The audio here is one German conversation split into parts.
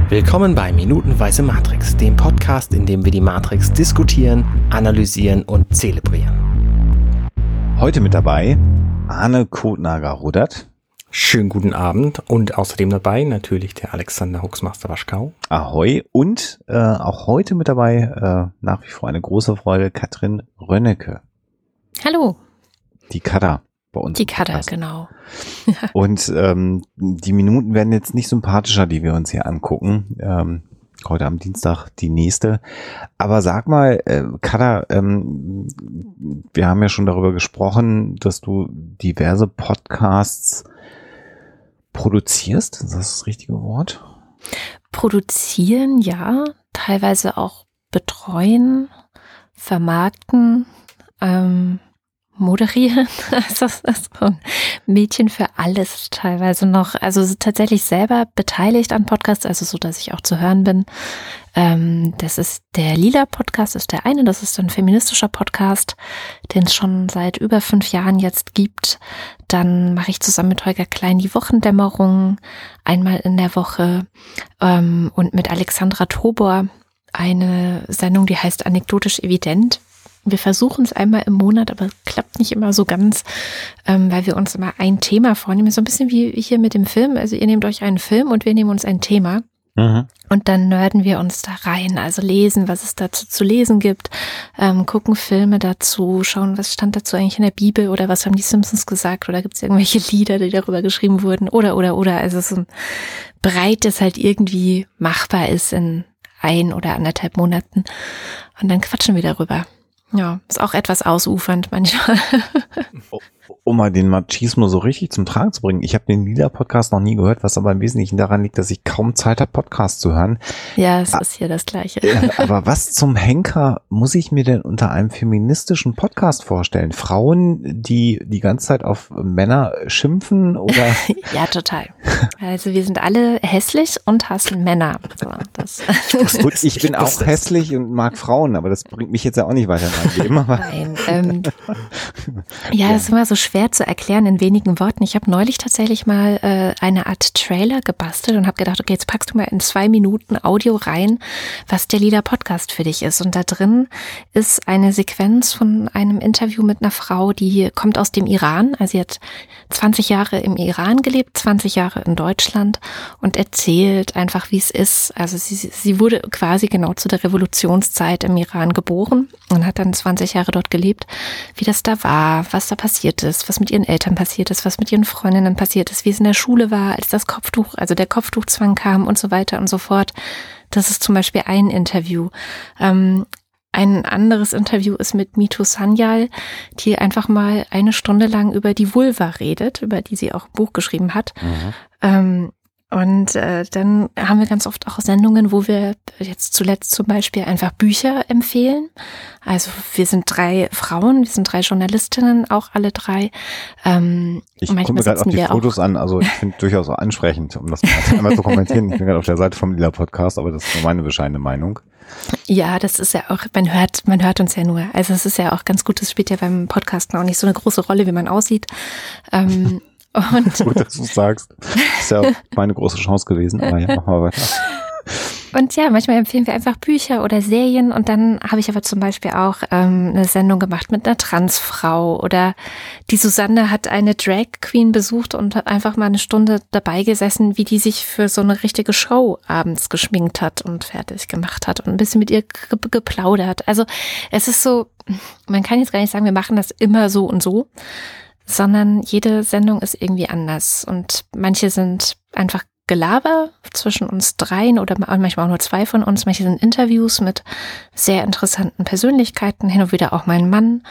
Willkommen bei Minutenweise Matrix, dem Podcast, in dem wir die Matrix diskutieren, analysieren und zelebrieren. Heute mit dabei Arne Kotnager-Rudert. Schönen guten Abend und außerdem dabei natürlich der Alexander Huxmaster-Waschkau. Ahoi und auch heute mit dabei nach wie vor eine große Freude Katrin Rönnecke. Hallo. Die Kada bei uns. Die Kada, genau. Und die Minuten werden jetzt nicht sympathischer, die wir uns hier angucken. Heute am Dienstag die nächste. Aber sag mal, Kada, wir haben ja schon darüber gesprochen, dass du diverse Podcasts produzierst. Ist das richtige Wort? Produzieren, ja. Teilweise auch betreuen, vermarkten, moderieren. Das ist so ein Mädchen für alles teilweise noch. Also tatsächlich selber beteiligt an Podcasts, also so, dass ich auch zu hören bin. Das ist der Lila Podcast, ist der eine. Das ist ein feministischer Podcast, den es schon seit über 5 Jahren jetzt gibt. Dann mache ich zusammen mit Holger Klein die Wochendämmerung einmal in der Woche und mit Alexandra Tobor eine Sendung, die heißt Anekdotisch Evident. Wir versuchen es einmal im Monat, aber klappt nicht immer so ganz, weil wir uns immer ein Thema vornehmen. So ein bisschen wie hier mit dem Film. Also ihr nehmt euch einen Film und wir nehmen uns ein Thema. Mhm. Und dann nerden wir uns da rein. Also lesen, was es dazu zu lesen gibt, gucken Filme dazu, schauen, was stand dazu eigentlich in der Bibel oder was haben die Simpsons gesagt oder gibt es irgendwelche Lieder, die darüber geschrieben wurden oder. Also so breit, das halt irgendwie machbar ist in 1 oder 1,5 Monaten. Und dann quatschen wir darüber. Ja, ist auch etwas ausufernd manchmal. Um mal den Machismo so richtig zum Tragen zu bringen. Ich habe den Lila-Podcast noch nie gehört, was aber im Wesentlichen daran liegt, dass ich kaum Zeit habe, Podcasts zu hören. Ja, es ist hier das Gleiche. Aber was zum Henker muss ich mir denn unter einem feministischen Podcast vorstellen? Frauen, die die ganze Zeit auf Männer schimpfen oder? Ja, total. Also wir sind alle hässlich und hassen Männer. So, Gut, ich bin auch hässlich und mag Frauen, aber das bringt mich jetzt ja auch nicht weiter in meinem Leben. Nein. Ja, das ist immer so schwer zu erklären in wenigen Worten. Ich habe neulich tatsächlich mal eine Art Trailer gebastelt und habe gedacht, okay, jetzt packst du mal in 2 Minuten Audio rein, was der Lila Podcast für dich ist. Und da drin ist eine Sequenz von einem Interview mit einer Frau, die kommt aus dem Iran. Also sie hat 20 Jahre im Iran gelebt, 20 Jahre in Deutschland und erzählt einfach, wie es ist. Also sie wurde quasi genau zu der Revolutionszeit im Iran geboren und hat dann 20 Jahre dort gelebt, wie das da war, was da passiert ist, was mit ihren Eltern passiert ist, was mit ihren Freundinnen passiert ist, wie es in der Schule war, als das Kopftuch, also der Kopftuchzwang kam und so weiter und so fort. Das ist zum Beispiel ein Interview. Ein anderes Interview ist mit Mitu Sanyal, die einfach mal 1 Stunde lang über die Vulva redet, über die sie auch ein Buch geschrieben hat. Mhm. Und dann haben wir ganz oft auch Sendungen, wo wir jetzt zuletzt zum Beispiel einfach Bücher empfehlen. Also wir sind 3 Frauen, wir sind 3 Journalistinnen, auch alle 3. Ich gucke mir gerade auch die Fotos an, also ich finde durchaus auch ansprechend, um das einmal zu kommentieren. Ich bin gerade auf der Seite vom Lila Podcast, aber das ist nur meine bescheidene Meinung. Ja, das ist ja auch, man hört uns ja nur. Also es ist ja auch ganz gut, das spielt ja beim Podcasten auch nicht so eine große Rolle, wie man aussieht. Und gut, dass du es sagst. Das ist ja meine große Chance gewesen, aber ja, machen wir weiter. Und ja, manchmal empfehlen wir einfach Bücher oder Serien und dann habe ich aber zum Beispiel auch eine Sendung gemacht mit einer Transfrau oder die Susanne hat eine Drag Queen besucht und hat einfach mal 1 Stunde dabei gesessen, wie die sich für so eine richtige Show abends geschminkt hat und fertig gemacht hat und ein bisschen mit ihr geplaudert. Also es ist so, man kann jetzt gar nicht sagen, wir machen das immer so und so, sondern jede Sendung ist irgendwie anders und manche sind einfach Gelaber zwischen uns 3 oder manchmal auch nur 2 von uns. Manche sind Interviews mit sehr interessanten Persönlichkeiten, hin und wieder auch mein Mann.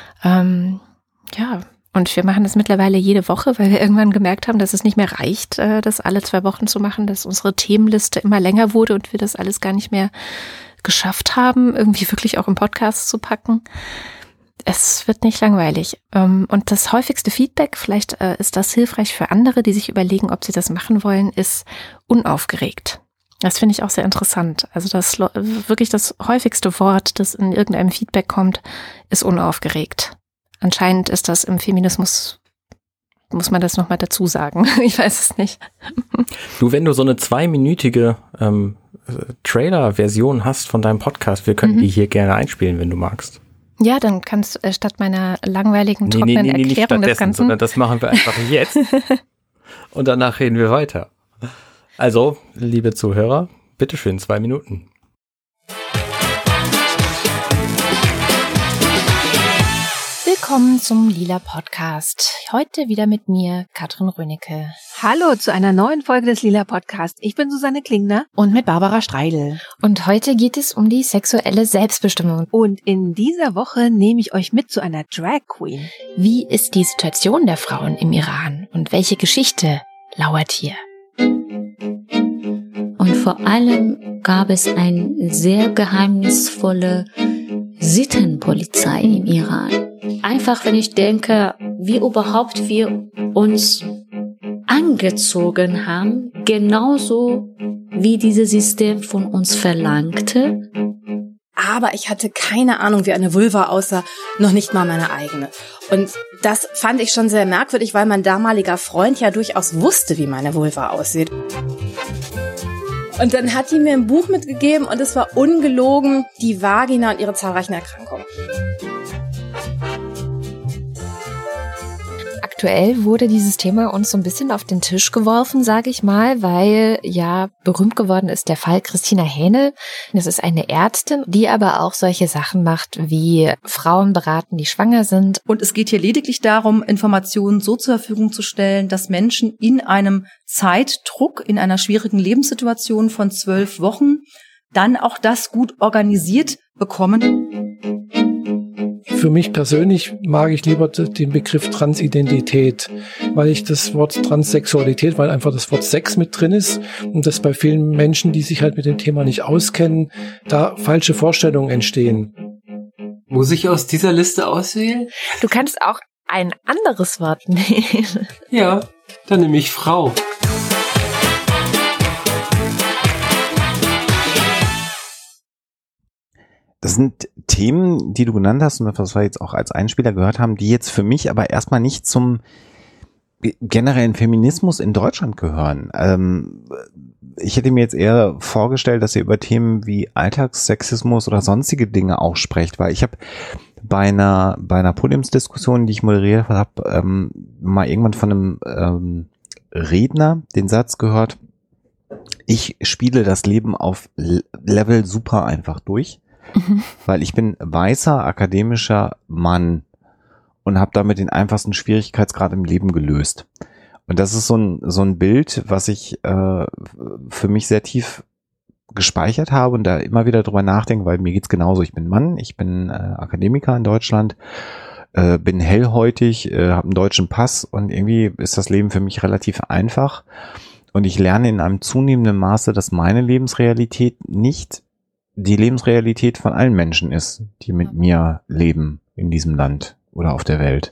Ja, und wir machen das mittlerweile jede Woche, weil wir irgendwann gemerkt haben, dass es nicht mehr reicht, das alle 2 Wochen zu machen, dass unsere Themenliste immer länger wurde und wir das alles gar nicht mehr geschafft haben, irgendwie wirklich auch im Podcast zu packen. Es wird nicht langweilig. Und das häufigste Feedback, vielleicht ist das hilfreich für andere, die sich überlegen, ob sie das machen wollen, ist unaufgeregt. Das finde ich auch sehr interessant. Also das wirklich das häufigste Wort, das in irgendeinem Feedback kommt, ist unaufgeregt. Anscheinend ist das im Feminismus muss man das nochmal dazu sagen? Ich weiß es nicht. Du, wenn du so eine 2-minütige Trailer-Version hast von deinem Podcast, wir können die hier gerne einspielen, wenn du magst. Ja, dann kannst du statt meiner langweiligen, trockenen Erklärung des Ganzen. Sondern das machen wir einfach jetzt und danach reden wir weiter. Also, liebe Zuhörer, bitteschön, 2 Minuten. Willkommen zum Lila Podcast. Heute wieder mit mir, Katrin Rönecke. Hallo zu einer neuen Folge des Lila Podcast. Ich bin Susanne Klingner. Und mit Barbara Streidel. Und heute geht es um die sexuelle Selbstbestimmung. Und in dieser Woche nehme ich euch mit zu einer Drag Queen. Wie ist die Situation der Frauen im Iran? Und welche Geschichte lauert hier? Und vor allem gab es eine sehr geheimnisvolle Sittenpolizei im Iran. Einfach, wenn ich denke, wie überhaupt wir uns angezogen haben, genauso wie dieses System von uns verlangte. Aber ich hatte keine Ahnung, wie eine Vulva aussah, noch nicht mal meine eigene. Und das fand ich schon sehr merkwürdig, weil mein damaliger Freund ja durchaus wusste, wie meine Vulva aussieht. Und dann hat die mir ein Buch mitgegeben und es war ungelogen die Vagina und ihre zahlreichen Erkrankungen. Aktuell wurde dieses Thema uns so ein bisschen auf den Tisch geworfen, sage ich mal, weil ja berühmt geworden ist der Fall Christina Hähnel. Das ist eine Ärztin, die aber auch solche Sachen macht, wie Frauen beraten, die schwanger sind. Und es geht hier lediglich darum, Informationen so zur Verfügung zu stellen, dass Menschen in einem Zeitdruck, in einer schwierigen Lebenssituation von 12 Wochen dann auch das gut organisiert bekommen. Für mich persönlich mag ich lieber den Begriff Transidentität, weil ich das Wort Transsexualität, weil einfach das Wort Sex mit drin ist und dass bei vielen Menschen, die sich halt mit dem Thema nicht auskennen, da falsche Vorstellungen entstehen. Muss ich aus dieser Liste auswählen? Du kannst auch ein anderes Wort nehmen. Ja, dann nehme ich Frau. Das sind Themen, die du genannt hast und was wir jetzt auch als Einspieler gehört haben, die jetzt für mich aber erstmal nicht zum generellen Feminismus in Deutschland gehören. Ich hätte mir jetzt eher vorgestellt, dass ihr über Themen wie Alltagssexismus oder sonstige Dinge auch sprecht, weil ich habe bei einer Podiumsdiskussion, die ich moderiert habe, mal irgendwann von einem Redner den Satz gehört: Ich spiele das Leben auf Level super einfach durch. Weil ich bin weißer, akademischer Mann und habe damit den einfachsten Schwierigkeitsgrad im Leben gelöst. Und das ist so ein Bild, was ich für mich sehr tief gespeichert habe und da immer wieder drüber nachdenke, weil mir geht's genauso. Ich bin Mann, ich bin Akademiker in Deutschland, bin hellhäutig, habe einen deutschen Pass und irgendwie ist das Leben für mich relativ einfach. Und ich lerne in einem zunehmenden Maße, dass meine Lebensrealität nicht die Lebensrealität von allen Menschen ist, die mit mir leben in diesem Land oder auf der Welt.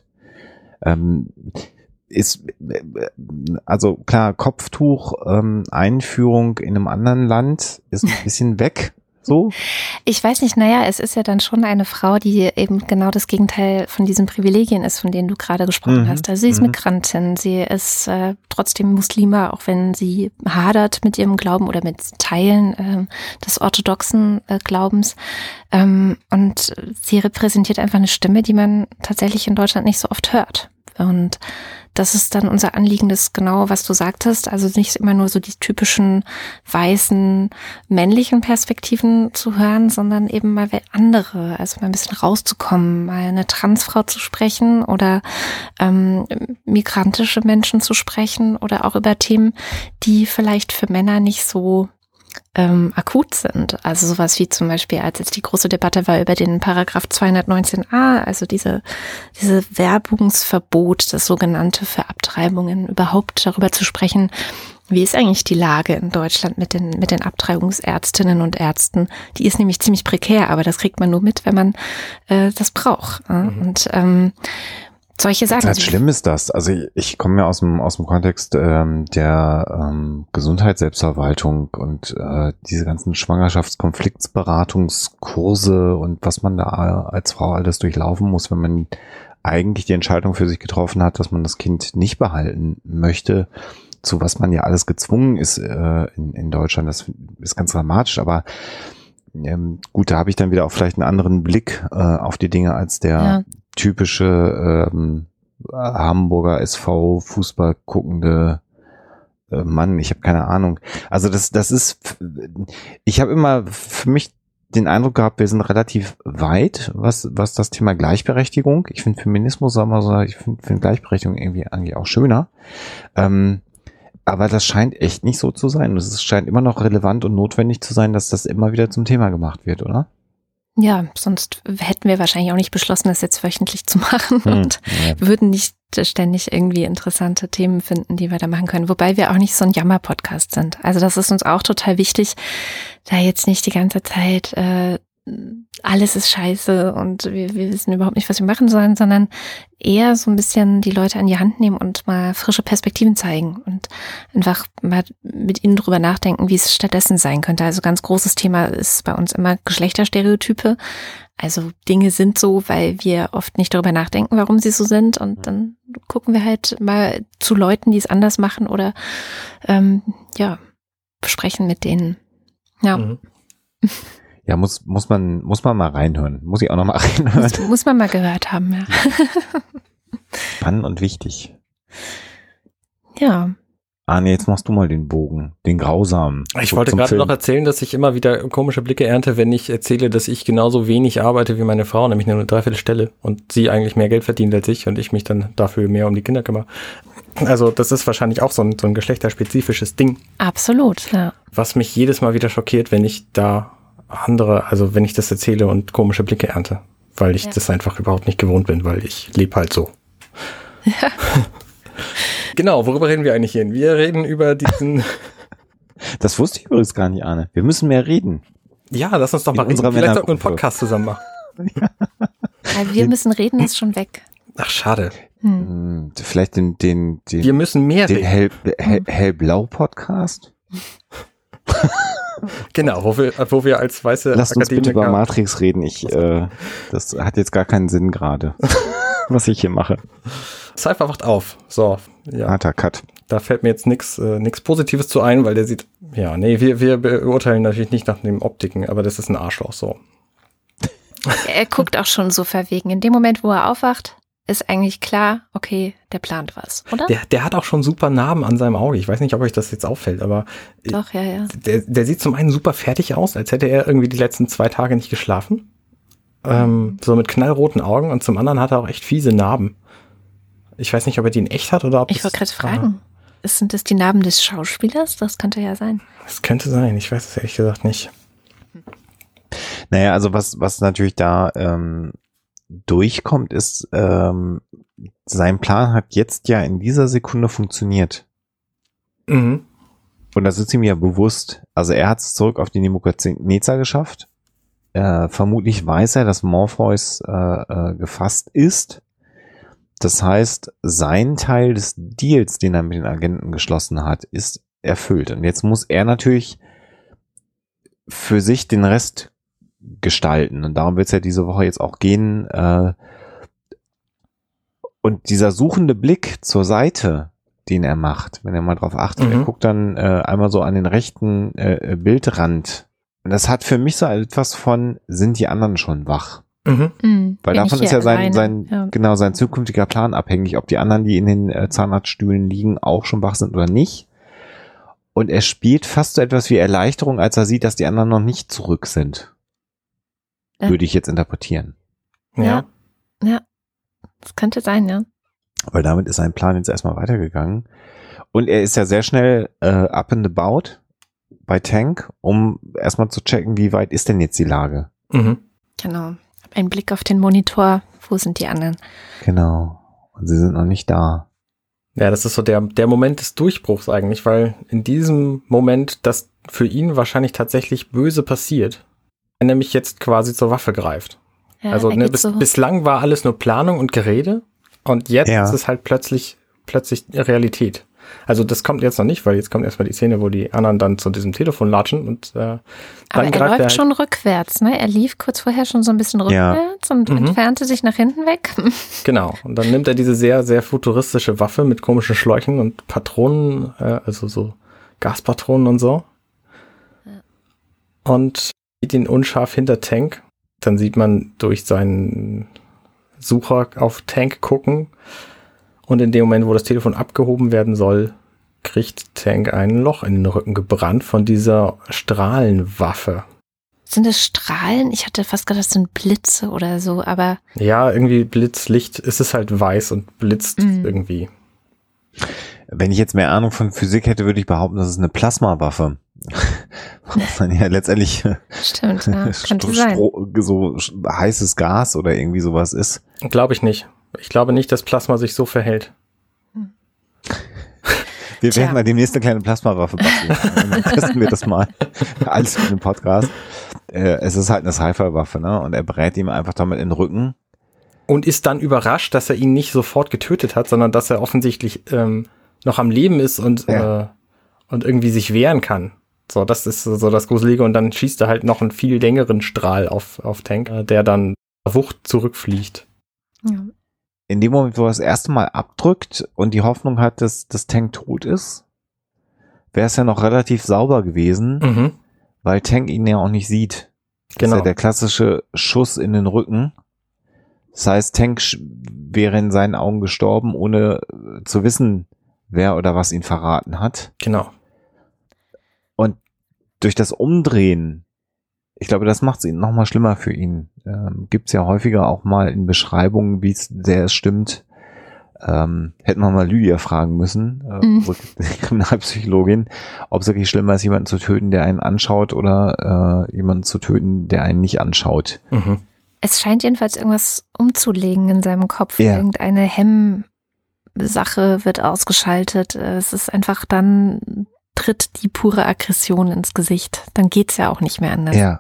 Also klar, Kopftuch, Einführung in einem anderen Land ist ein bisschen weg. So? Ich weiß nicht, es ist ja dann schon eine Frau, die eben genau das Gegenteil von diesen Privilegien ist, von denen du gerade gesprochen hast. Also sie ist Migrantin, sie ist trotzdem Muslima, auch wenn sie hadert mit ihrem Glauben oder mit Teilen des orthodoxen Glaubens. Und sie repräsentiert einfach eine Stimme, die man tatsächlich in Deutschland nicht so oft hört. Und das ist dann unser Anliegen, das genau, was du sagtest, also nicht immer nur so die typischen weißen, männlichen Perspektiven zu hören, sondern eben mal andere, also mal ein bisschen rauszukommen, mal eine Transfrau zu sprechen oder migrantische Menschen zu sprechen oder auch über Themen, die vielleicht für Männer nicht so akut sind. Also sowas wie zum Beispiel, als jetzt die große Debatte war über den Paragraph 219a, also diese Werbungsverbot, das sogenannte für Abtreibungen, überhaupt darüber zu sprechen, wie ist eigentlich die Lage in Deutschland mit den Abtreibungsärztinnen und Ärzten. Die ist nämlich ziemlich prekär, aber das kriegt man nur mit, wenn man das braucht. Und solche Sachen. Halt schlimm ist das. Also ich komme ja aus dem Kontext der Gesundheitsselbstverwaltung und diese ganzen Schwangerschaftskonfliktsberatungskurse und was man da als Frau alles durchlaufen muss, wenn man eigentlich die Entscheidung für sich getroffen hat, dass man das Kind nicht behalten möchte, zu was man ja alles gezwungen ist in Deutschland. Das ist ganz dramatisch, aber gut, da habe ich dann wieder auch vielleicht einen anderen Blick auf die Dinge als der typische Hamburger SV Fußball guckende Mann. Ich habe keine Ahnung. Also das ist, ich habe immer für mich den Eindruck gehabt, wir sind relativ weit, was das Thema Gleichberechtigung. Ich finde Feminismus, ich finde Gleichberechtigung irgendwie eigentlich auch schöner. Aber das scheint echt nicht so zu sein. Es scheint immer noch relevant und notwendig zu sein, dass das immer wieder zum Thema gemacht wird, oder? Ja, sonst hätten wir wahrscheinlich auch nicht beschlossen, das jetzt wöchentlich zu machen und würden nicht ständig irgendwie interessante Themen finden, die wir da machen können. Wobei wir auch nicht so ein Jammer-Podcast sind. Also das ist uns auch total wichtig, da jetzt nicht die ganze Zeit alles ist scheiße und wir wissen überhaupt nicht, was wir machen sollen, sondern eher so ein bisschen die Leute an die Hand nehmen und mal frische Perspektiven zeigen und einfach mal mit ihnen drüber nachdenken, wie es stattdessen sein könnte. Also ganz großes Thema ist bei uns immer Geschlechterstereotype. Also Dinge sind so, weil wir oft nicht darüber nachdenken, warum sie so sind, und dann gucken wir halt mal zu Leuten, die es anders machen oder besprechen mit denen. Ja. Mhm. Ja, muss man mal reinhören. Muss ich auch noch mal reinhören. Muss man mal gehört haben, ja. Spannend und wichtig. Ja. Arne, jetzt machst du mal den Bogen, den grausamen. Ich wollte gerade noch erzählen, dass ich immer wieder komische Blicke ernte, wenn ich erzähle, dass ich genauso wenig arbeite wie meine Frau, nämlich nur eine Dreiviertelstelle, und sie eigentlich mehr Geld verdient als ich und ich mich dann dafür mehr um die Kinder kümmere. Also das ist wahrscheinlich auch so ein geschlechterspezifisches Ding. Absolut, ja. Was mich jedes Mal wieder schockiert, wenn ich da wenn ich das erzähle und komische Blicke ernte, weil ich das einfach überhaupt nicht gewohnt bin, weil ich lebe halt so. Ja. Genau, worüber reden wir eigentlich hier? Wir reden über diesen... Das wusste ich übrigens gar nicht, Arne. Wir müssen mehr reden. Ja, lass uns doch mal reden. Vielleicht sollten wir einen Podcast zusammen machen. Ja, wir müssen reden, ist schon weg. Ach, schade. Vielleicht den wir müssen mehr reden. Hellblau-Podcast? Genau, wo wir als weiße Lasst Akademiker... uns bitte über Matrix reden. Das hat jetzt gar keinen Sinn gerade, was ich hier mache. Cypher wacht auf. So, ja. Harter Cut. Da fällt mir jetzt nichts Positives zu ein, weil der sieht... Ja, nee, wir beurteilen natürlich nicht nach den Optiken, aber das ist ein Arschloch, so. Er guckt auch schon so verwegen. In dem Moment, wo er aufwacht, ist eigentlich klar, okay, der plant was, oder? Der hat auch schon super Narben an seinem Auge. Ich weiß nicht, ob euch das jetzt auffällt, aber... Doch, ja. Der sieht zum einen super fertig aus, als hätte er irgendwie die letzten 2 Tage nicht geschlafen. So mit knallroten Augen, und zum anderen hat er auch echt fiese Narben. Ich weiß nicht, ob er die in echt hat oder ob ich wollte gerade fragen. Sind das die Narben des Schauspielers? Das könnte ja sein. Das könnte sein. Ich weiß es ehrlich gesagt nicht. Naja, also was natürlich da durchkommt, ist, sein Plan hat jetzt ja in dieser Sekunde funktioniert. Mhm. Und das ist ihm ja bewusst. Also er hat es zurück auf die Nebukadnezar geschafft. Vermutlich weiß er, dass Morpheus gefasst ist. Das heißt, sein Teil des Deals, den er mit den Agenten geschlossen hat, ist erfüllt. Und jetzt muss er natürlich für sich den Rest gestalten. Und darum wird es ja diese Woche jetzt auch gehen. Und dieser suchende Blick zur Seite, den er macht, wenn er mal drauf achtet, er guckt dann einmal so an den rechten Bildrand. Und das hat für mich so etwas von, sind die anderen schon wach? Mhm. Weil davon ist ja sein zukünftiger Plan abhängig, ob die anderen, die in den Zahnarztstühlen liegen, auch schon wach sind oder nicht. Und er spielt fast so etwas wie Erleichterung, als er sieht, dass die anderen noch nicht zurück sind. Würde ich jetzt interpretieren. Ja. Das könnte sein, ja. Weil damit ist sein Plan jetzt erstmal weitergegangen. Und er ist ja sehr schnell up and about bei Tank, um erstmal zu checken, wie weit ist denn jetzt die Lage. Mhm. Genau. Ein Blick auf den Monitor. Wo sind die anderen? Genau. Und sie sind noch nicht da. Ja, das ist so der Moment des Durchbruchs eigentlich, weil in diesem Moment das für ihn wahrscheinlich tatsächlich böse passiert. Er nämlich jetzt quasi zur Waffe greift. Ja, also bislang war alles nur Planung und Gerede, und jetzt ist es halt plötzlich Realität. Also das kommt jetzt noch nicht, weil jetzt kommt erstmal die Szene, wo die anderen dann zu diesem Telefon latschen und dann aber greift er läuft halt schon rückwärts, ne? Er lief kurz vorher schon so ein bisschen rückwärts und entfernte sich nach hinten weg. Genau. Und dann nimmt er diese sehr, sehr futuristische Waffe mit komischen Schläuchen und Patronen, also so Gaspatronen und so. Ja. Und sieht ihn unscharf hinter Tank. Dann sieht man durch seinen Sucher auf Tank gucken. Und in dem Moment, wo das Telefon abgehoben werden soll, kriegt Tank ein Loch in den Rücken gebrannt von dieser Strahlenwaffe. Sind das Strahlen? Ich hatte fast gedacht, das sind Blitze oder so, aber... Ja, irgendwie Blitzlicht. Es ist halt weiß und blitzt irgendwie. Wenn ich jetzt mehr Ahnung von Physik hätte, würde ich behaupten, das ist eine Plasmawaffe. Was dann ja letztendlich stimmt, ja, könnte sein. So heißes Gas oder irgendwie sowas ist. Glaube ich nicht. Ich glaube nicht, dass Plasma sich so verhält. Wir werden mal demnächst eine kleine Plasmawaffe basteln. Dann testen wir das mal. Alles in dem Podcast. Es ist halt eine Sci-Fi-Waffe, ne? Und er brät ihm einfach damit in den Rücken. Und ist dann überrascht, dass er ihn nicht sofort getötet hat, sondern dass er offensichtlich noch am Leben ist und irgendwie sich wehren kann. So, das ist so das Gruselige. Und dann schießt er halt noch einen viel längeren Strahl auf Tank, der dann Wucht zurückfliegt. Ja. In dem Moment, wo er das erste Mal abdrückt und die Hoffnung hat, dass das Tank tot ist, wäre es ja noch relativ sauber gewesen, weil Tank ihn ja auch nicht sieht. Das ist ja der klassische Schuss in den Rücken. Das heißt, Tank wäre in seinen Augen gestorben, ohne zu wissen, wer oder was ihn verraten hat. Genau. Und durch das Umdrehen, ich glaube, das macht es noch mal schlimmer für ihn. Gibt es ja häufiger auch mal in Beschreibungen, wie es sehr stimmt. Hätten wir mal Lydia fragen müssen, die Kriminalpsychologin, ob es wirklich schlimmer ist, jemanden zu töten, der einen anschaut oder jemanden zu töten, der einen nicht anschaut. Es scheint jedenfalls irgendwas umzulegen in seinem Kopf. Ja. Irgendeine Hemmsache wird ausgeschaltet. Es ist einfach dann... tritt die pure Aggression ins Gesicht. Dann geht's ja auch nicht mehr anders. Ja.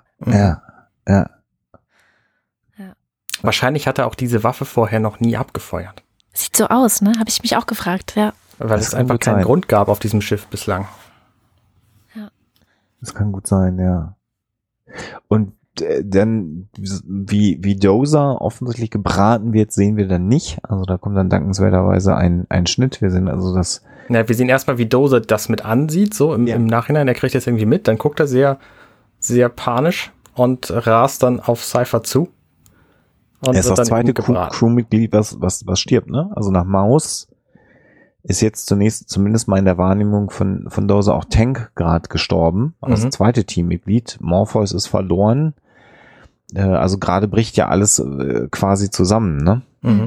Wahrscheinlich hat er auch diese Waffe vorher noch nie abgefeuert. Sieht so aus, ne? Habe ich mich auch gefragt, ja. Weil es einfach keinen Grund gab auf diesem Schiff bislang. Ja. Das kann gut sein, ja. Und dann, wie Dozer offensichtlich gebraten wird, sehen wir dann nicht. Also da kommt dann dankenswerterweise ein Schnitt. Wir sehen also das... Na, wir sehen erstmal, wie Dozer das mit ansieht, so im Nachhinein. Er kriegt das irgendwie mit, dann guckt er sehr, sehr panisch und rast dann auf Cypher zu. Und er ist das zweite Crewmitglied, was stirbt, ne? Also nach Maus ist jetzt zumindest mal in der Wahrnehmung von Dozer auch Tank gerade gestorben. Also das zweite Teammitglied. Morpheus ist verloren. Also gerade bricht ja alles quasi zusammen, ne?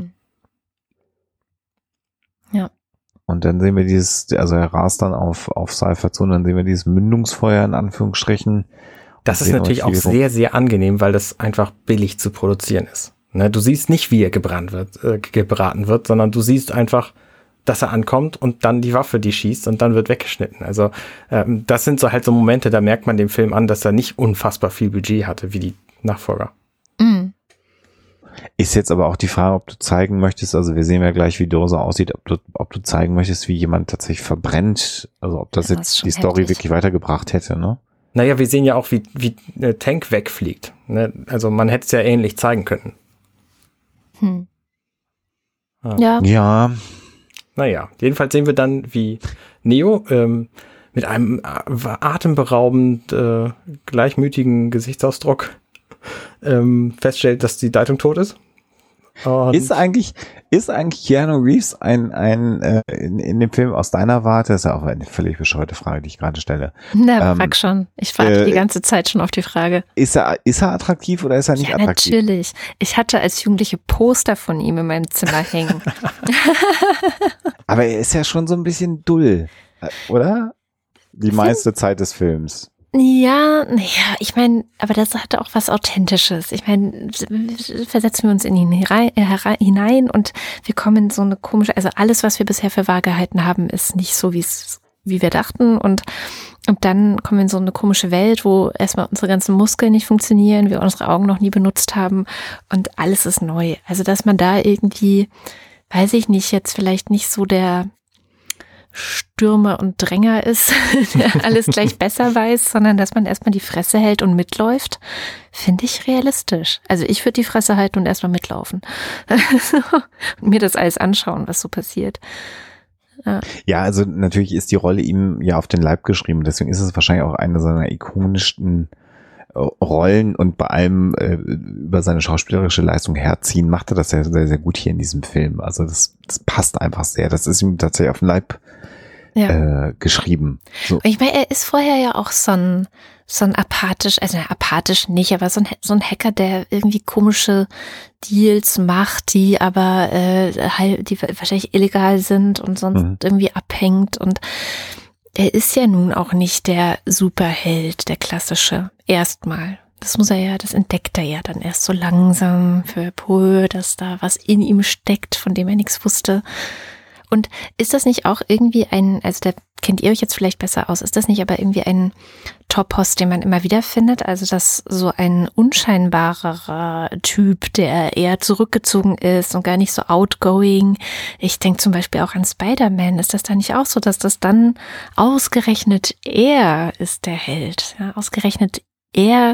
Ja. Und dann sehen wir also er rast dann auf Cypher zu und dann sehen wir dieses Mündungsfeuer in Anführungsstrichen. Das ist natürlich auch sehr, sehr angenehm, weil das einfach billig zu produzieren ist. Ne, du siehst nicht, wie er gebraten wird, sondern du siehst einfach, dass er ankommt und dann die Waffe, die schießt und dann wird weggeschnitten. Also das sind so halt so Momente, da merkt man dem Film an, dass er nicht unfassbar viel Budget hatte, wie die Nachfolger. Ist jetzt aber auch die Frage, ob du zeigen möchtest, also wir sehen ja gleich, wie Dozer aussieht, ob du zeigen möchtest, wie jemand tatsächlich verbrennt, also ob das jetzt die Story wirklich weitergebracht hätte, ne? Naja, wir sehen ja auch, wie Tank wegfliegt. Ne? Also man hätte es ja ähnlich zeigen können. Ja. Naja, jedenfalls sehen wir dann, wie Neo mit einem atemberaubend gleichmütigen Gesichtsausdruck feststellt, dass die Leitung tot ist. Und Ist eigentlich Keanu Reeves in dem Film aus deiner Warte, das ist ja auch eine völlig bescheuerte Frage, die ich gerade stelle. Na, frag schon. Ich warte die ganze Zeit schon auf die Frage. Ist er attraktiv oder ist er nicht attraktiv? Natürlich. Ich hatte als Jugendliche Poster von ihm in meinem Zimmer hängen. Aber er ist ja schon so ein bisschen dull, oder? Die meiste Zeit des Films. Ja, naja, ich meine, aber das hatte auch was Authentisches. Ich meine, versetzen wir uns in ihn hinein und wir kommen in so eine komische, also alles, was wir bisher für wahr gehalten haben, ist nicht so, wie wir dachten und dann kommen wir in so eine komische Welt, wo erstmal unsere ganzen Muskeln nicht funktionieren, wir unsere Augen noch nie benutzt haben und alles ist neu. Also, dass man da irgendwie, weiß ich nicht, jetzt vielleicht nicht so der Stürmer und Dränger ist, der alles gleich besser weiß, sondern dass man erstmal die Fresse hält und mitläuft, finde ich realistisch. Also ich würde die Fresse halten und erstmal mitlaufen. Und mir das alles anschauen, was so passiert. Ja, also natürlich ist die Rolle ihm ja auf den Leib geschrieben, deswegen ist es wahrscheinlich auch eine seiner ikonischsten Rollen und bei allem über seine schauspielerische Leistung herziehen, macht er das ja sehr, sehr gut hier in diesem Film. Also das passt einfach sehr. Das ist ihm tatsächlich auf den Leib geschrieben. So. Ich meine, er ist vorher ja auch so ein apathisch, also apathisch nicht, aber so ein Hacker, der irgendwie komische Deals macht, die aber die wahrscheinlich illegal sind und sonst irgendwie abhängt. Und er ist ja nun auch nicht der Superheld, der klassische. Erstmal. Das entdeckt er ja dann erst so langsam für Poe, dass da was in ihm steckt, von dem er nichts wusste. Und ist das nicht auch irgendwie also da kennt ihr euch jetzt vielleicht besser aus, ist das nicht aber irgendwie ein Topos, den man immer wieder findet? Also dass so ein unscheinbarerer Typ, der eher zurückgezogen ist und gar nicht so outgoing. Ich denke zum Beispiel auch an Spider-Man. Ist das da nicht auch so, dass das dann ausgerechnet er ist der Held? Ja, ausgerechnet er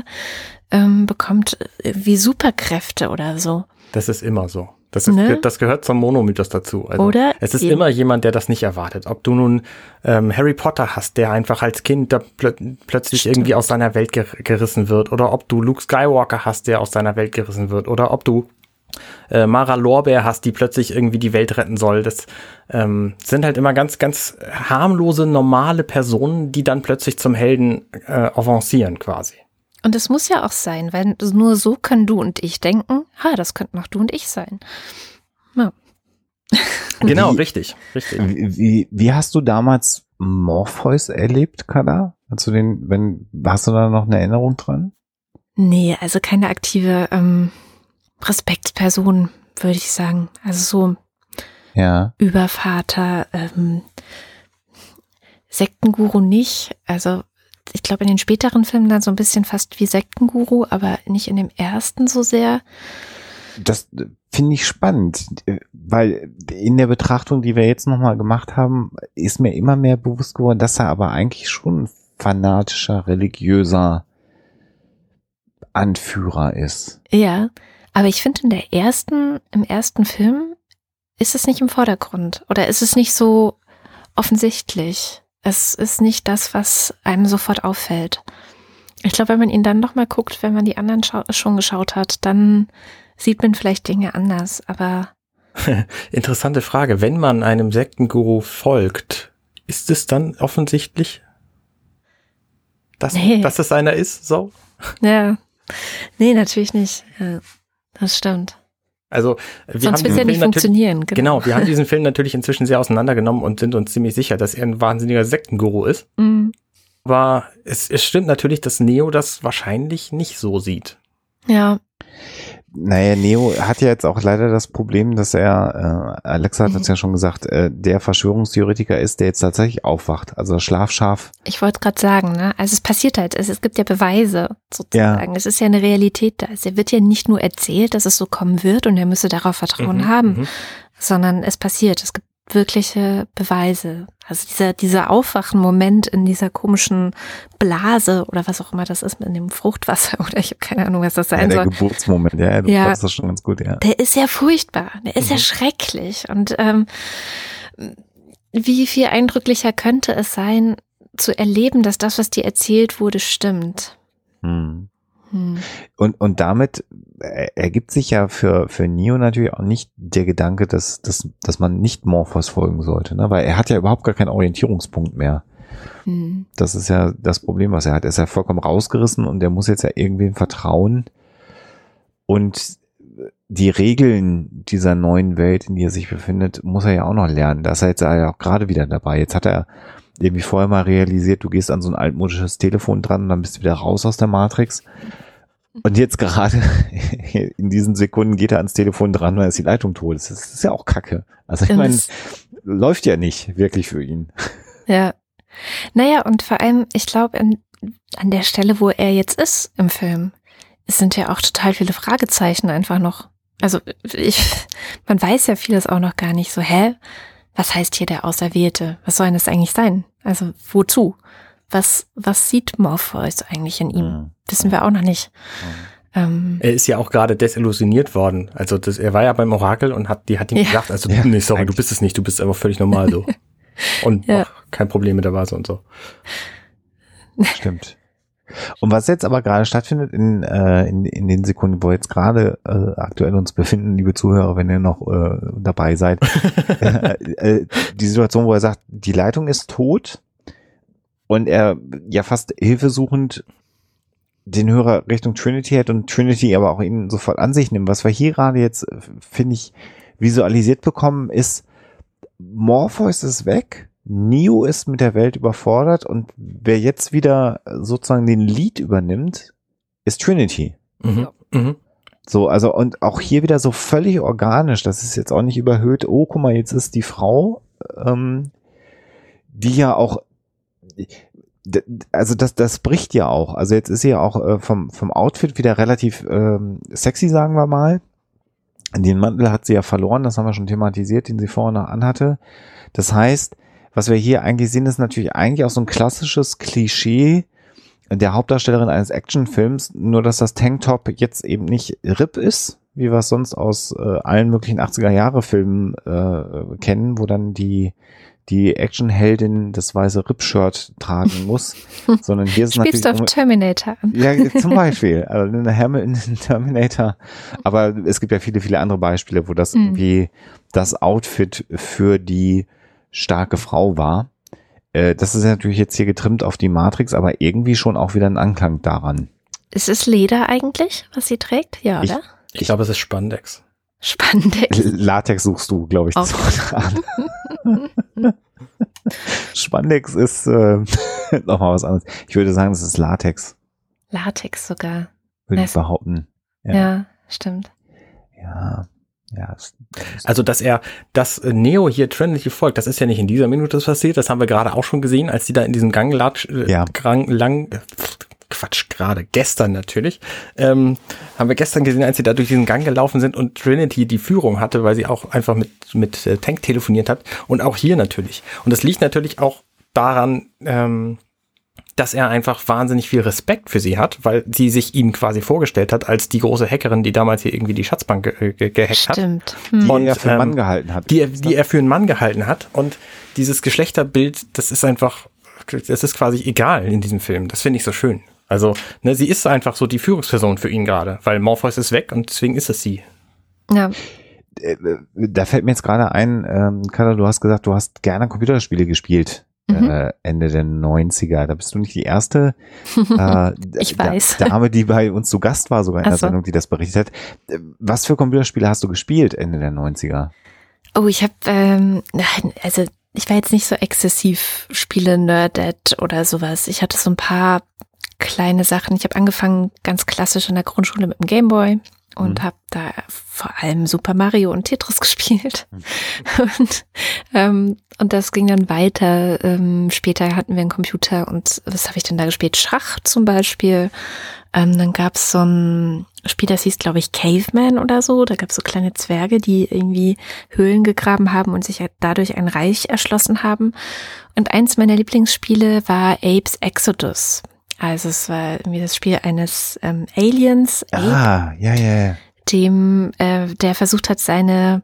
bekommt wie Superkräfte oder so. Das ist immer so. Das gehört zum Monomythos dazu. Also oder? Es ist immer jemand, der das nicht erwartet. Ob du nun Harry Potter hast, der einfach als Kind da plötzlich irgendwie aus seiner Welt gerissen wird, oder ob du Luke Skywalker hast, der aus seiner Welt gerissen wird, oder ob du Mara Lorbeer hast, die plötzlich irgendwie die Welt retten soll. Das sind halt immer ganz, ganz harmlose, normale Personen, die dann plötzlich zum Helden avancieren quasi. Und es muss ja auch sein, weil nur so können du und ich denken, das könnten auch du und ich sein. Ja. Genau, richtig. Wie hast du damals Morpheus erlebt, Kada? Hast du da noch eine Erinnerung dran? Nee, also keine aktive Respektsperson, würde ich sagen. Also so Übervater, Sektenguru nicht, also ich glaube in den späteren Filmen dann so ein bisschen fast wie Sektenguru, aber nicht in dem ersten so sehr. Das finde ich spannend, weil in der Betrachtung, die wir jetzt nochmal gemacht haben, ist mir immer mehr bewusst geworden, dass er aber eigentlich schon ein fanatischer, religiöser Anführer ist. Ja, aber ich finde im ersten Film ist es nicht im Vordergrund oder ist es nicht so offensichtlich. Es ist nicht das, was einem sofort auffällt. Ich glaube, wenn man ihn dann nochmal guckt, wenn man die anderen schon geschaut hat, dann sieht man vielleicht Dinge anders, aber... Interessante Frage. Wenn man einem Sektenguru folgt, ist es dann offensichtlich, dass es einer ist? So? Ja. Nee, natürlich nicht. Ja, das stimmt. Also, sonst wird es ja nicht funktionieren. Genau, wir haben diesen Film natürlich inzwischen sehr auseinandergenommen und sind uns ziemlich sicher, dass er ein wahnsinniger Sektenguru ist. Mhm. Aber es stimmt natürlich, dass Neo das wahrscheinlich nicht so sieht. Ja. Naja, Neo hat ja jetzt auch leider das Problem, dass Alexa hat uns ja schon gesagt, der Verschwörungstheoretiker ist, der jetzt tatsächlich aufwacht. Also schlafscharf. Ich wollte gerade sagen, ne? Also es passiert halt, es gibt ja Beweise sozusagen. Ja. Es ist ja eine Realität da. Es wird ja nicht nur erzählt, dass es so kommen wird und er müsse darauf Vertrauen haben, sondern es passiert. Es gibt wirkliche Beweise. Also dieser Aufwachen-Moment in dieser komischen Blase oder was auch immer das ist, in dem Fruchtwasser oder ich habe keine Ahnung, was das sein soll. Der Geburtsmoment, ja, du fasst das schon ganz gut, ja. Der ist ja furchtbar, der ist ja schrecklich und wie viel eindrücklicher könnte es sein, zu erleben, dass das, was dir erzählt wurde, stimmt. Und damit ergibt sich ja für Neo natürlich auch nicht der Gedanke, dass man nicht Morpheus folgen sollte, ne? Weil er hat ja überhaupt gar keinen Orientierungspunkt mehr. Das ist ja das Problem, was er hat. Er ist ja vollkommen rausgerissen und er muss jetzt ja irgendwem vertrauen und die Regeln dieser neuen Welt, in die er sich befindet, muss er ja auch noch lernen. Da ist er jetzt ja auch gerade wieder dabei. Jetzt hat er irgendwie vorher mal realisiert, du gehst an so ein altmodisches Telefon dran und dann bist du wieder raus aus der Matrix. Und jetzt gerade in diesen Sekunden geht er ans Telefon dran, weil ist die Leitung tot. Das ist ja auch Kacke. Also ich meine, läuft ja nicht wirklich für ihn. Ja. Naja, und vor allem, ich glaube, an der Stelle, wo er jetzt ist im Film, es sind ja auch total viele Fragezeichen einfach noch. Also man weiß ja vieles auch noch gar nicht so, was heißt hier der Auserwählte? Was soll denn das eigentlich sein? Also wozu? Was sieht Morpheus eigentlich in ihm? Wissen wir auch noch nicht. Er ist ja auch gerade desillusioniert worden. Also er war ja beim Orakel und die hat ihm gesagt, also nee, sorry, du bist es nicht, du bist aber völlig normal so. Und auch kein Problem mit der Vase und so. Stimmt. Und was jetzt aber gerade stattfindet in den Sekunden, wo wir jetzt gerade aktuell uns befinden, liebe Zuhörer, wenn ihr noch dabei seid, die Situation, wo er sagt, die Leitung ist tot und er ja fast hilfesuchend den Hörer Richtung Trinity hält und Trinity aber auch ihn sofort an sich nimmt. Was wir hier gerade jetzt, finde ich, visualisiert bekommen, ist, Morpheus ist weg, Neo ist mit der Welt überfordert und wer jetzt wieder sozusagen den Lead übernimmt, ist Trinity. Mhm. Mhm. So, also und auch hier wieder so völlig organisch, das ist jetzt auch nicht überhöht, oh, guck mal, jetzt ist die Frau, die ja auch, also das bricht ja auch, also jetzt ist sie ja auch vom Outfit wieder relativ sexy, sagen wir mal. Den Mantel hat sie ja verloren, das haben wir schon thematisiert, den sie vorher noch anhatte. Das heißt, was wir hier eigentlich sehen, ist natürlich eigentlich auch so ein klassisches Klischee der Hauptdarstellerin eines Actionfilms, nur dass das Tanktop jetzt eben nicht RIP ist, wie wir es sonst aus allen möglichen 80er-Jahre-Filmen kennen, wo dann die Actionheldin das weiße RIP-Shirt tragen muss, sondern hier ist natürlich... Spielst du auf Terminator an? Ja, zum Beispiel, also in Terminator, aber es gibt ja viele, viele andere Beispiele, wo das irgendwie das Outfit für die starke Frau war. Das ist natürlich jetzt hier getrimmt auf die Matrix, aber irgendwie schon auch wieder ein Anklang daran. Ist es Leder eigentlich, was sie trägt? Ja, oder? Ich glaube, es ist Spandex. Spandex. Latex suchst du, glaube ich, das Wort an. Spandex ist nochmal was anderes. Ich würde sagen, es ist Latex. Latex sogar. Würde ich behaupten. Ja, stimmt. Ja. Also, dass Neo hier Trinity folgt, das ist ja nicht in dieser Minute passiert, das haben wir gerade auch schon gesehen, als die da in diesem Gang gestern natürlich, haben wir gestern gesehen, als sie da durch diesen Gang gelaufen sind und Trinity die Führung hatte, weil sie auch einfach mit Tank telefoniert hat und auch hier natürlich. Und das liegt natürlich auch daran, dass er einfach wahnsinnig viel Respekt für sie hat, weil sie sich ihm quasi vorgestellt hat als die große Hackerin, die damals hier irgendwie die Schatzbank gehackt hat. Stimmt. Die er für einen Mann gehalten hat. Die er für einen Mann gehalten hat. Und dieses Geschlechterbild, das ist quasi egal in diesem Film. Das finde ich so schön. Also, sie ist einfach so die Führungsperson für ihn gerade, weil Morpheus ist weg und deswegen ist es sie. Ja. Da fällt mir jetzt gerade ein, Carla, du hast gesagt, du hast gerne Computerspiele gespielt. Ende der 90er. Da bist du nicht die erste ich weiß. Dame, die bei uns zu Gast war, sogar in der Sendung, die das berichtet hat. Was für Computerspiele hast du gespielt Ende der 90er? Oh, ich habe, also ich war jetzt nicht so exzessiv Spiele-nerdet oder sowas. Ich hatte so ein paar kleine Sachen. Ich habe angefangen ganz klassisch in der Grundschule mit dem Gameboy und habe da vor allem Super Mario und Tetris gespielt. Und das ging dann weiter. Später hatten wir einen Computer und was habe ich denn da gespielt? Schach zum Beispiel. Dann gab es so ein Spiel, das hieß, glaube ich, Caveman oder so. Da gab es so kleine Zwerge, die irgendwie Höhlen gegraben haben und sich dadurch ein Reich erschlossen haben. Und eins meiner Lieblingsspiele war Apes Exodus. Also es war irgendwie das Spiel eines Aliens, ja. Dem, der versucht hat, seine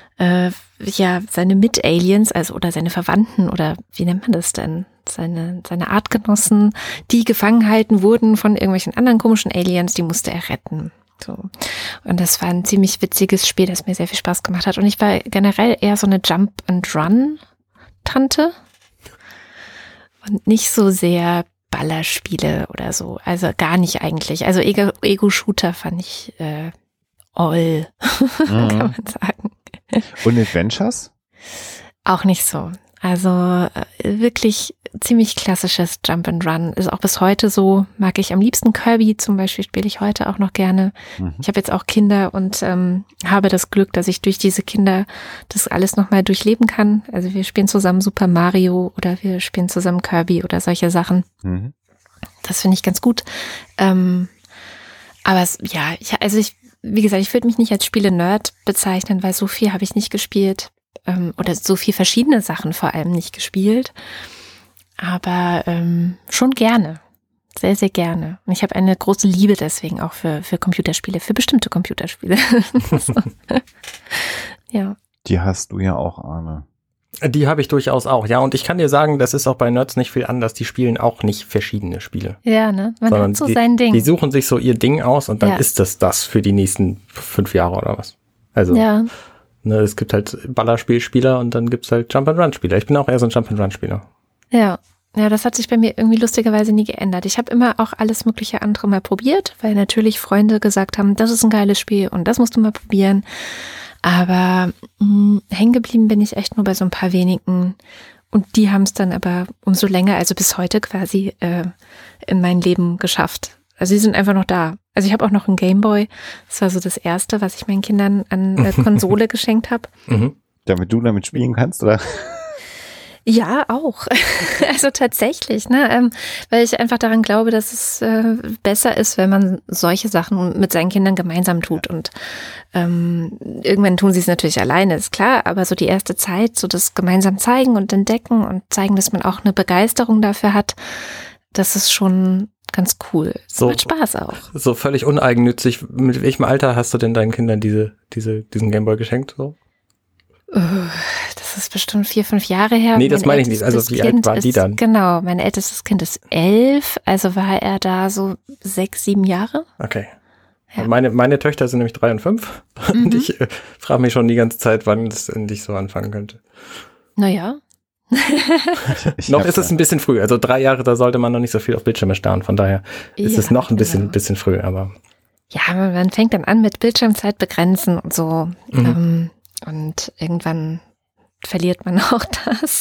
Mit-Aliens, also oder seine Verwandten oder wie nennt man das denn? Seine Artgenossen, die gefangen gehalten wurden von irgendwelchen anderen komischen Aliens, die musste er retten. So. Und das war ein ziemlich witziges Spiel, das mir sehr viel Spaß gemacht hat. Und ich war generell eher so eine Jump-and-Run-Tante und nicht so sehr Ballerspiele oder so. Also gar nicht eigentlich. Also Ego-Shooter fand ich all, kann man sagen. Und Adventures? Auch nicht so. Also wirklich ziemlich klassisches Jump and Run. Ist auch bis heute so, mag ich am liebsten. Kirby zum Beispiel spiele ich heute auch noch gerne. Ich habe jetzt auch Kinder und habe das Glück, dass ich durch diese Kinder das alles nochmal durchleben kann. Also wir spielen zusammen Super Mario oder wir spielen zusammen Kirby oder solche Sachen. Das finde ich ganz gut. Aber wie gesagt, ich würde mich nicht als Spiele-Nerd bezeichnen, weil so viel habe ich nicht gespielt. oder so viel verschiedene Sachen vor allem nicht gespielt. Aber schon gerne. Sehr, sehr gerne. Und ich habe eine große Liebe deswegen auch für Computerspiele, für bestimmte Computerspiele. So. Ja. Die hast du ja auch, Arne. Die habe ich durchaus auch, ja. Und ich kann dir sagen, das ist auch bei Nerds nicht viel anders. Die spielen auch nicht verschiedene Spiele. Ja, ne? Man hat so sein Ding. Die suchen sich so ihr Ding aus und dann ist das für die nächsten 5 Jahre oder was. Also, ne, es gibt halt Ballerspielspieler und dann gibt's halt Jump-and-Run-Spieler. Ich bin auch eher so ein Jump-and-Run-Spieler. Ja. Ja, das hat sich bei mir irgendwie lustigerweise nie geändert. Ich habe immer auch alles mögliche andere mal probiert, weil natürlich Freunde gesagt haben, das ist ein geiles Spiel und das musst du mal probieren. Aber hängen geblieben bin ich echt nur bei so ein paar wenigen. Und die haben es dann aber umso länger, also bis heute quasi in mein Leben geschafft. Also sie sind einfach noch da. Also ich habe auch noch einen Gameboy. Das war so das Erste, was ich meinen Kindern an Konsole geschenkt habe. Damit du damit spielen kannst, oder? Ja, auch. Also tatsächlich, ne? Weil ich einfach daran glaube, dass es besser ist, wenn man solche Sachen mit seinen Kindern gemeinsam tut. Und irgendwann tun sie es natürlich alleine, ist klar, aber so die erste Zeit, so das gemeinsam zeigen und entdecken und zeigen, dass man auch eine Begeisterung dafür hat, das ist schon ganz cool. Das macht Spaß auch. So völlig uneigennützig. Mit welchem Alter hast du denn deinen Kindern diesen Gameboy geschenkt? So? Das ist bestimmt 4, 5 Jahre her. Nee, das meine ich nicht. Also wie alt waren die dann? Genau, mein ältestes Kind ist 11, also war er da so 6, 7 Jahre. Okay. Ja. Meine Töchter sind nämlich 3 und 5 und ich frage mich schon die ganze Zeit, wann es endlich so anfangen könnte. Naja. Noch ist es ein bisschen früh, also 3 Jahre, da sollte man noch nicht so viel auf Bildschirme starren, von daher ist es noch ein bisschen früh, aber. Ja, man fängt dann an mit Bildschirmzeit begrenzen und so. Und irgendwann verliert man auch das.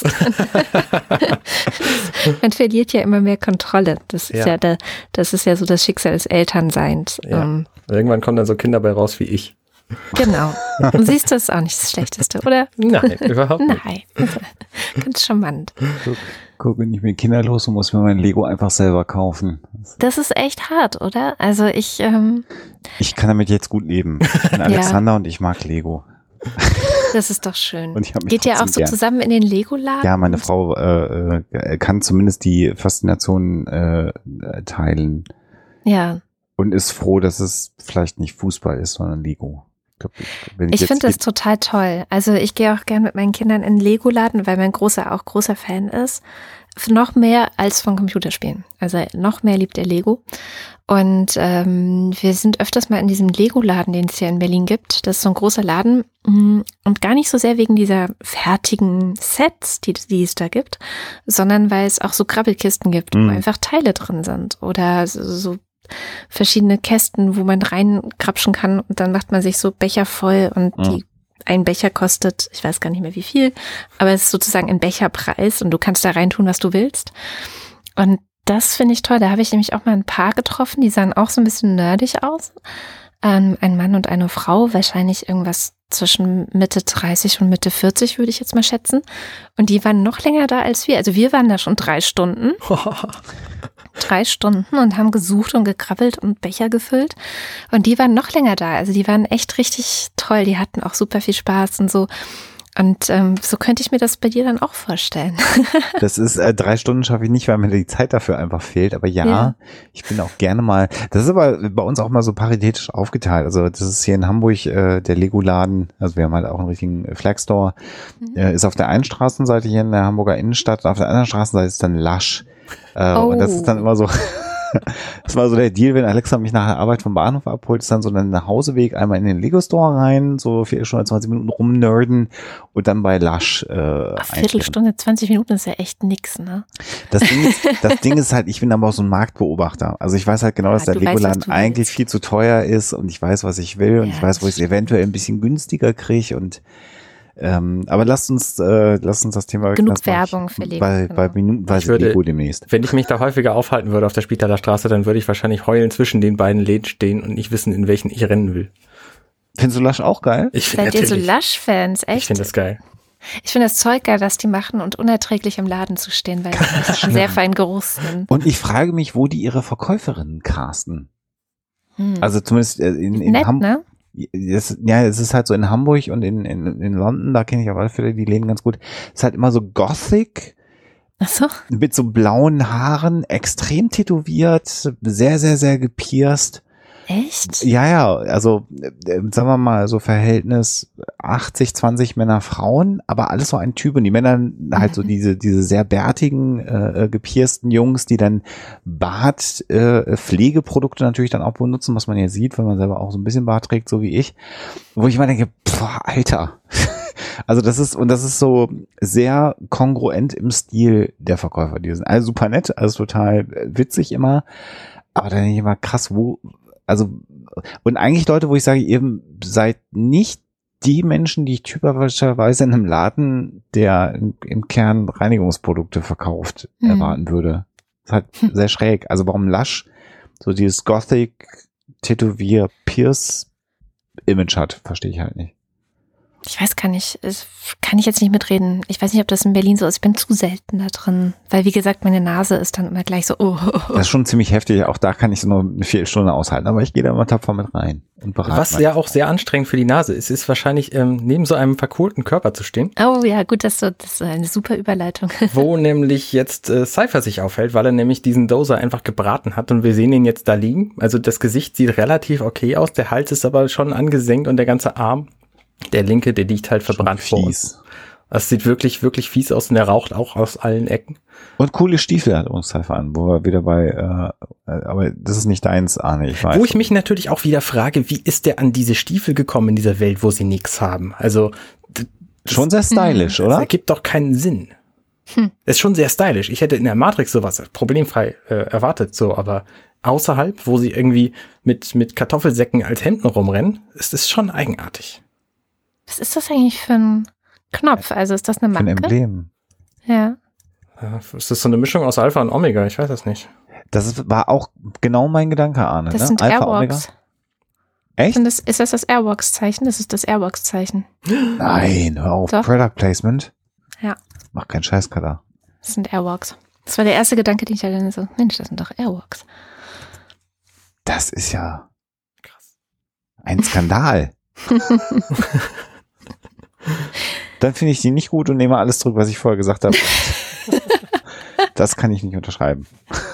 Man verliert ja immer mehr Kontrolle. Das ist ja so das Schicksal des Elternseins. Ja. Irgendwann kommen dann so Kinder bei raus wie ich. Genau. Und siehst du, das ist auch nicht das Schlechteste, oder? Nein, überhaupt nicht. Nein. Ganz charmant. Guck, bin ich mit Kindern los und muss mir mein Lego einfach selber kaufen. Das ist echt hart, oder? Also ich kann damit jetzt gut leben. Ich bin Alexander und ich mag Lego. Das ist doch schön. Und geht ihr auch so zusammen in den Lego-Laden? Ja, meine Frau kann zumindest die Faszination teilen. Ja. Und ist froh, dass es vielleicht nicht Fußball ist, sondern Lego. Ich finde das total toll. Also ich gehe auch gern mit meinen Kindern in den Lego-Laden, weil mein Großer auch großer Fan ist. Noch mehr als von Computerspielen. Also noch mehr liebt er Lego. Und wir sind öfters mal in diesem Lego-Laden, den es hier in Berlin gibt. Das ist so ein großer Laden. Und gar nicht so sehr wegen dieser fertigen Sets, die es da gibt, sondern weil es auch so Krabbelkisten gibt, wo einfach Teile drin sind. Oder so verschiedene Kästen, wo man reinkrapschen kann. Und dann macht man sich so Becher voll und ein Becher kostet, ich weiß gar nicht mehr wie viel, aber es ist sozusagen ein Becherpreis und du kannst da reintun, was du willst. Und das finde ich toll. Da habe ich nämlich auch mal ein Paar getroffen, die sahen auch so ein bisschen nerdig aus. Ein Mann und eine Frau, wahrscheinlich irgendwas zwischen Mitte 30 und Mitte 40, würde ich jetzt mal schätzen. Und die waren noch länger da als wir. Also wir waren da schon 3 Stunden. 3 Stunden und haben gesucht und gekrabbelt und Becher gefüllt. Und die waren noch länger da. Also die waren echt richtig toll. Die hatten auch super viel Spaß und so. Und so könnte ich mir das bei dir dann auch vorstellen. Das ist 3 Stunden schaffe ich nicht, weil mir die Zeit dafür einfach fehlt. Aber ja, ich bin auch gerne mal. Das ist aber bei uns auch mal so paritätisch aufgeteilt. Also das ist hier in Hamburg der Lego-Laden. Also wir haben halt auch einen richtigen Flagstore. Ist auf der einen Straßenseite hier in der Hamburger Innenstadt. Auf der anderen Straßenseite ist dann Lush. Und das ist dann immer so. Das war so der Deal, wenn Alexa mich nach der Arbeit vom Bahnhof abholt, ist dann so ein Nachhauseweg, einmal in den Lego-Store rein, so 4 Stunden, 20 Minuten rumnerden und dann bei Lush. Viertelstunde, 20 Minuten ist ja echt nix, ne? Das Ding ist halt, ich bin aber auch so ein Marktbeobachter. Also ich weiß halt genau, dass der Lego-Laden eigentlich viel zu teuer ist und ich weiß, was ich will und ich weiß, wo ich es eventuell ein bisschen günstiger kriege und aber lasst uns das Thema genug Werbung für Lego. Bei minutenweise Lego demnächst. Wenn ich mich da häufiger aufhalten würde auf der Spitaler Straße, dann würde ich wahrscheinlich heulen zwischen den beiden Läden stehen und nicht wissen, in welchen ich rennen will. Findest du Lush auch geil? Seid ihr so Lush-Fans? Echt? Ich finde das geil. Ich finde das Zeug geil, was die machen und unerträglich im Laden zu stehen, weil das einen sehr feinen Geruch sind. Und ich frage mich, wo die ihre Verkäuferinnen casten. Also zumindest in Nett, Hamburg. Ne? es ist halt so in Hamburg und in London, da kenne ich auf alle Fälle die Läden ganz gut. Es ist halt immer so Gothic. Ach so. Mit so blauen Haaren, extrem tätowiert, sehr, sehr, sehr gepierst. Echt? Ja, also sagen wir mal so Verhältnis 80-20 Männer, Frauen, aber alles so ein Typ. Und die Männer halt so diese sehr bärtigen, gepiersten Jungs, die dann Pflegeprodukte natürlich dann auch benutzen, was man ja sieht, wenn man selber auch so ein bisschen Bart trägt, so wie ich. Wo ich mal denke, boah, Alter. Also das ist so sehr kongruent im Stil der Verkäufer. Die sind alle super nett, also total witzig immer. Aber dann denke ich immer, krass, und eigentlich Leute, wo ich sage, ihr seid nicht die Menschen, die ich typischerweise in einem Laden, der im Kern Reinigungsprodukte verkauft, erwarten würde. Das ist halt sehr schräg. Also warum Lush so dieses Gothic, Tätowier, Pierce-Image hat, verstehe ich halt nicht. Ich weiß gar nicht, kann ich jetzt nicht mitreden. Ich weiß nicht, ob das in Berlin so ist. Ich bin zu selten da drin. Weil, wie gesagt, meine Nase ist dann immer gleich so, Das ist schon ziemlich heftig. Auch da kann ich so nur eine Viertelstunde aushalten. Aber ich gehe da immer tapfer mit rein und berate. Was ja auch sehr anstrengend für die Nase ist, ist wahrscheinlich, neben so einem verkohlten Körper zu stehen. Oh ja, gut, das ist eine super Überleitung. Wo nämlich jetzt Cypher sich aufhält, weil er nämlich diesen Dozer einfach gebraten hat. Und wir sehen ihn jetzt da liegen. Also das Gesicht sieht relativ okay aus. Der Hals ist aber schon angesenkt und der ganze Arm. Der linke, der liegt halt verbrannt vor uns. Das sieht wirklich, wirklich fies aus und der raucht auch aus allen Ecken. Und coole Stiefel hat uns Cypher an, wo wir wieder bei, aber das ist nicht deins, Arne, ich weiß. Wo ich mich natürlich auch wieder frage, wie ist der an diese Stiefel gekommen in dieser Welt, wo sie nichts haben? Also schon sehr stylisch, oder? Das ergibt doch keinen Sinn. Ist schon sehr stylisch. Ich hätte in der Matrix sowas problemfrei erwartet, so, aber außerhalb, wo sie irgendwie mit Kartoffelsäcken als Hemden rumrennen, ist es schon eigenartig. Was ist das eigentlich für ein Knopf? Also ist das eine Marke? Ein Emblem. Ja. Ist das so eine Mischung aus Alpha und Omega? Ich weiß es nicht. War auch genau mein Gedanke, Arne. Das sind Alpha, Airwalks. Omega? Echt? Ist das Airwalks-Zeichen? Das ist das Airwalks-Zeichen. Nein, hör auf. Doch. Product Placement. Ja. Mach keinen Scheiß, Kada. Das sind Airwalks. Das war der erste Gedanke, den ich hatte. So, Mensch, das sind doch Airwalks. Das ist ja krass. Ein Skandal. Dann finde ich die nicht gut und nehme alles zurück, was ich vorher gesagt habe. Das kann ich nicht unterschreiben.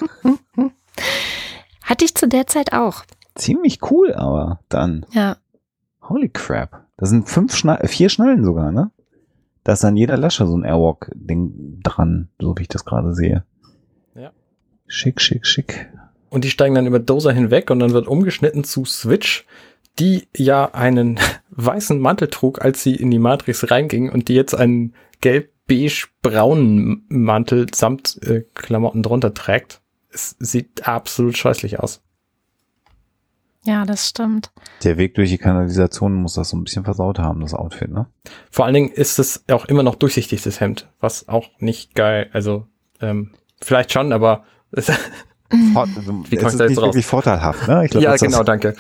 Hatte ich zu der Zeit auch. Ziemlich cool, aber dann. Ja. Holy crap. Da sind 4 Schnallen sogar, ne? Da ist an jeder Lasche so ein Airwalk-Ding dran, so wie ich das gerade sehe. Ja. Schick, schick, schick. Und die steigen dann über Dozer hinweg und dann wird umgeschnitten zu Switch, die ja einen weißen Mantel trug, als sie in die Matrix reinging und die jetzt einen gelb-beige-braunen Mantel samt Klamotten drunter trägt. Es sieht absolut scheußlich aus. Ja, das stimmt. Der Weg durch die Kanalisation muss das so ein bisschen versaut haben, das Outfit, ne? Vor allen Dingen ist es auch immer noch durchsichtig, das Hemd, was auch nicht geil, also vielleicht schon, aber es ist nicht wirklich vorteilhaft, ne? Ich glaub, ja, genau, danke.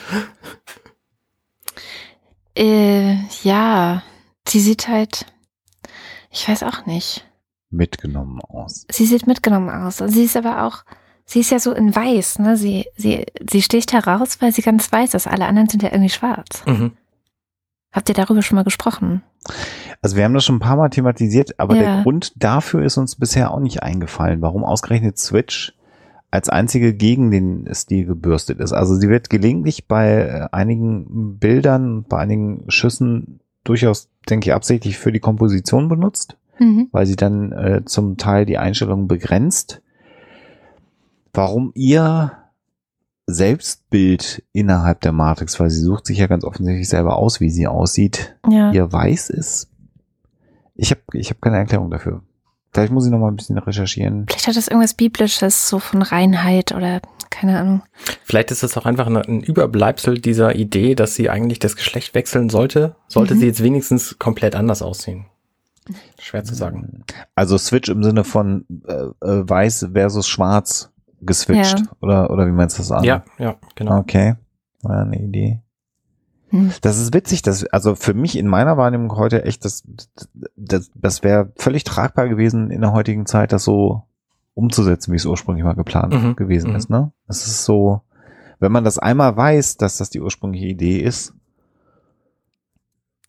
Ja, sie sieht halt, ich weiß auch nicht. Mitgenommen aus. Sie sieht mitgenommen aus. Sie ist aber auch, sie ist ja so in weiß, ne? Sie sticht heraus, weil sie ganz weiß ist. Alle anderen sind ja irgendwie schwarz. Mhm. Habt ihr darüber schon mal gesprochen? Also wir haben das schon ein paar Mal thematisiert, aber der Grund dafür ist uns bisher auch nicht eingefallen, warum ausgerechnet Switch als einzige gegen den Stil gebürstet ist. Also sie wird gelegentlich bei einigen Bildern, bei einigen Schüssen durchaus, denke ich, absichtlich für die Komposition benutzt, weil sie dann zum Teil die Einstellungen begrenzt. Warum ihr Selbstbild innerhalb der Matrix, weil sie sucht sich ja ganz offensichtlich selber aus, wie sie aussieht, ihr weiß ist. Ich hab keine Erklärung dafür. Vielleicht muss ich noch mal ein bisschen recherchieren. Vielleicht hat das irgendwas Biblisches, so von Reinheit oder keine Ahnung. Vielleicht ist es auch einfach ein Überbleibsel dieser Idee, dass sie eigentlich das Geschlecht wechseln sollte. Sollte sie jetzt wenigstens komplett anders aussehen. Schwer zu sagen. Also Switch im Sinne von weiß versus schwarz geswitcht. Ja. Oder wie meinst du das an? Ja, genau. Okay, war eine Idee. Das ist witzig, also für mich in meiner Wahrnehmung heute echt, das wäre völlig tragbar gewesen in der heutigen Zeit, das so umzusetzen, wie es ursprünglich mal geplant gewesen ist, ne? Es ist so, wenn man das einmal weiß, dass das die ursprüngliche Idee ist,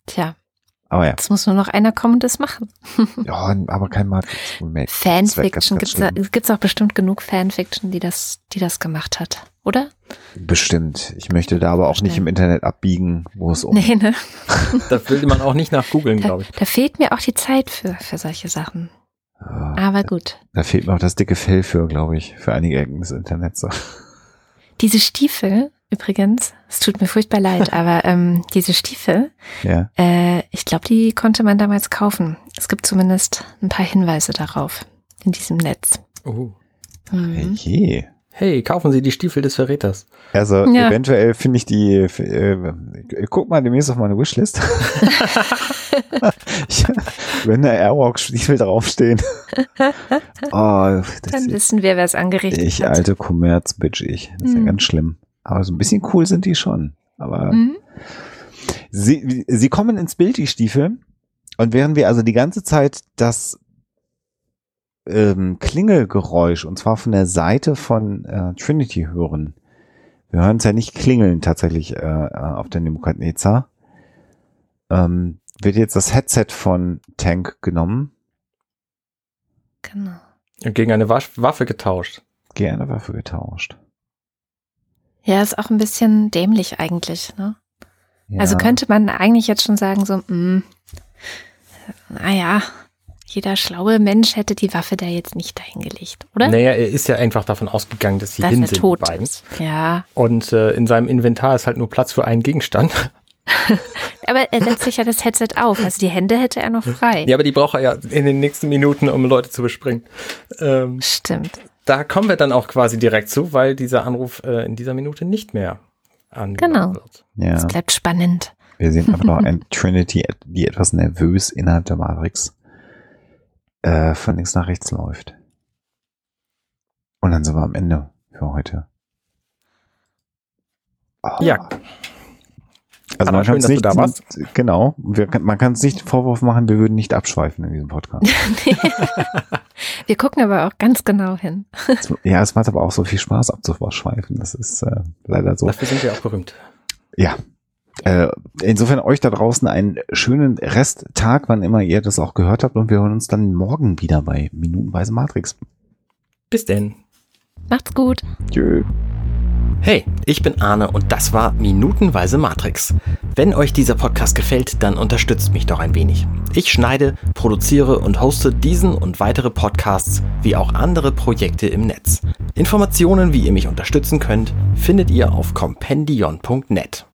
Tja. Aber ja. Jetzt muss nur noch einer kommen und das machen. Ja, aber kein Matrix. Fanfiction gibt's auch bestimmt genug Fanfiction, die das gemacht hat, oder? Bestimmt. Ich möchte da aber auch nicht im Internet abbiegen, wo es um... Nee, ne? Da will man auch nicht nach googeln, glaube ich. Da fehlt mir auch die Zeit für solche Sachen. Aber gut. Da fehlt mir auch das dicke Fell für, glaube ich, für einige Ecken des Internets. So. Diese Stiefel, übrigens, es tut mir furchtbar leid, aber diese Stiefel, ja. Ich glaube, die konnte man damals kaufen. Es gibt zumindest ein paar Hinweise darauf in diesem Netz. Oh. Hey. Hey, kaufen Sie die Stiefel des Verräters. Also eventuell finde ich die, guck mal demnächst auf meine Wishlist. Wenn da Airwalk-Stiefel draufstehen. Dann wissen wir, wer es angerichtet hat. Ich alte Kommerz-Bitch, ich. Das ist ja ganz schlimm. Aber so ein bisschen cool sind die schon. Aber sie kommen ins Bild, die Stiefel. Und während wir also die ganze Zeit das Klingelgeräusch, und zwar von der Seite von Trinity hören. Wir hören es ja nicht klingeln tatsächlich auf der Nebukadnezar. Wird jetzt das Headset von Tank genommen. Genau. Und gegen eine Waffe getauscht. Gegen eine Waffe getauscht. Ja, ist auch ein bisschen dämlich eigentlich, ne? Ja. Also könnte man eigentlich jetzt schon sagen so, naja, jeder schlaue Mensch hätte die Waffe da jetzt nicht dahingelegt, oder? Naja, er ist ja einfach davon ausgegangen, dass sie hin sind, tot die beiden. ist. Ja. Und in seinem Inventar ist halt nur Platz für einen Gegenstand. Aber er setzt sich ja das Headset auf, also die Hände hätte er noch frei. Ja, aber die braucht er ja in den nächsten Minuten, um Leute zu bespringen. Stimmt. Da kommen wir dann auch quasi direkt zu, weil dieser Anruf in dieser Minute nicht mehr angenommen wird. Ja. Es bleibt spannend. Wir sehen einfach noch eine Trinity, die etwas nervös innerhalb der Matrix von links nach rechts läuft. Und dann sind wir am Ende für heute. Oh. Ja. Also man schön, kann es nicht, dass du da warst. Genau, man kann es nicht Vorwurf machen, wir würden nicht abschweifen in diesem Podcast. Wir gucken aber auch ganz genau hin. Ja, es macht aber auch so viel Spaß abzuschweifen. Das ist leider so. Dafür sind wir auch berühmt. Ja. Insofern euch da draußen einen schönen Resttag, wann immer ihr das auch gehört habt, und wir hören uns dann morgen wieder bei Minutenweise Matrix. Bis denn. Macht's gut. Tschö. Hey, ich bin Arne und das war Minutenweise Matrix. Wenn euch dieser Podcast gefällt, dann unterstützt mich doch ein wenig. Ich schneide, produziere und hoste diesen und weitere Podcasts wie auch andere Projekte im Netz. Informationen, wie ihr mich unterstützen könnt, findet ihr auf compendion.net.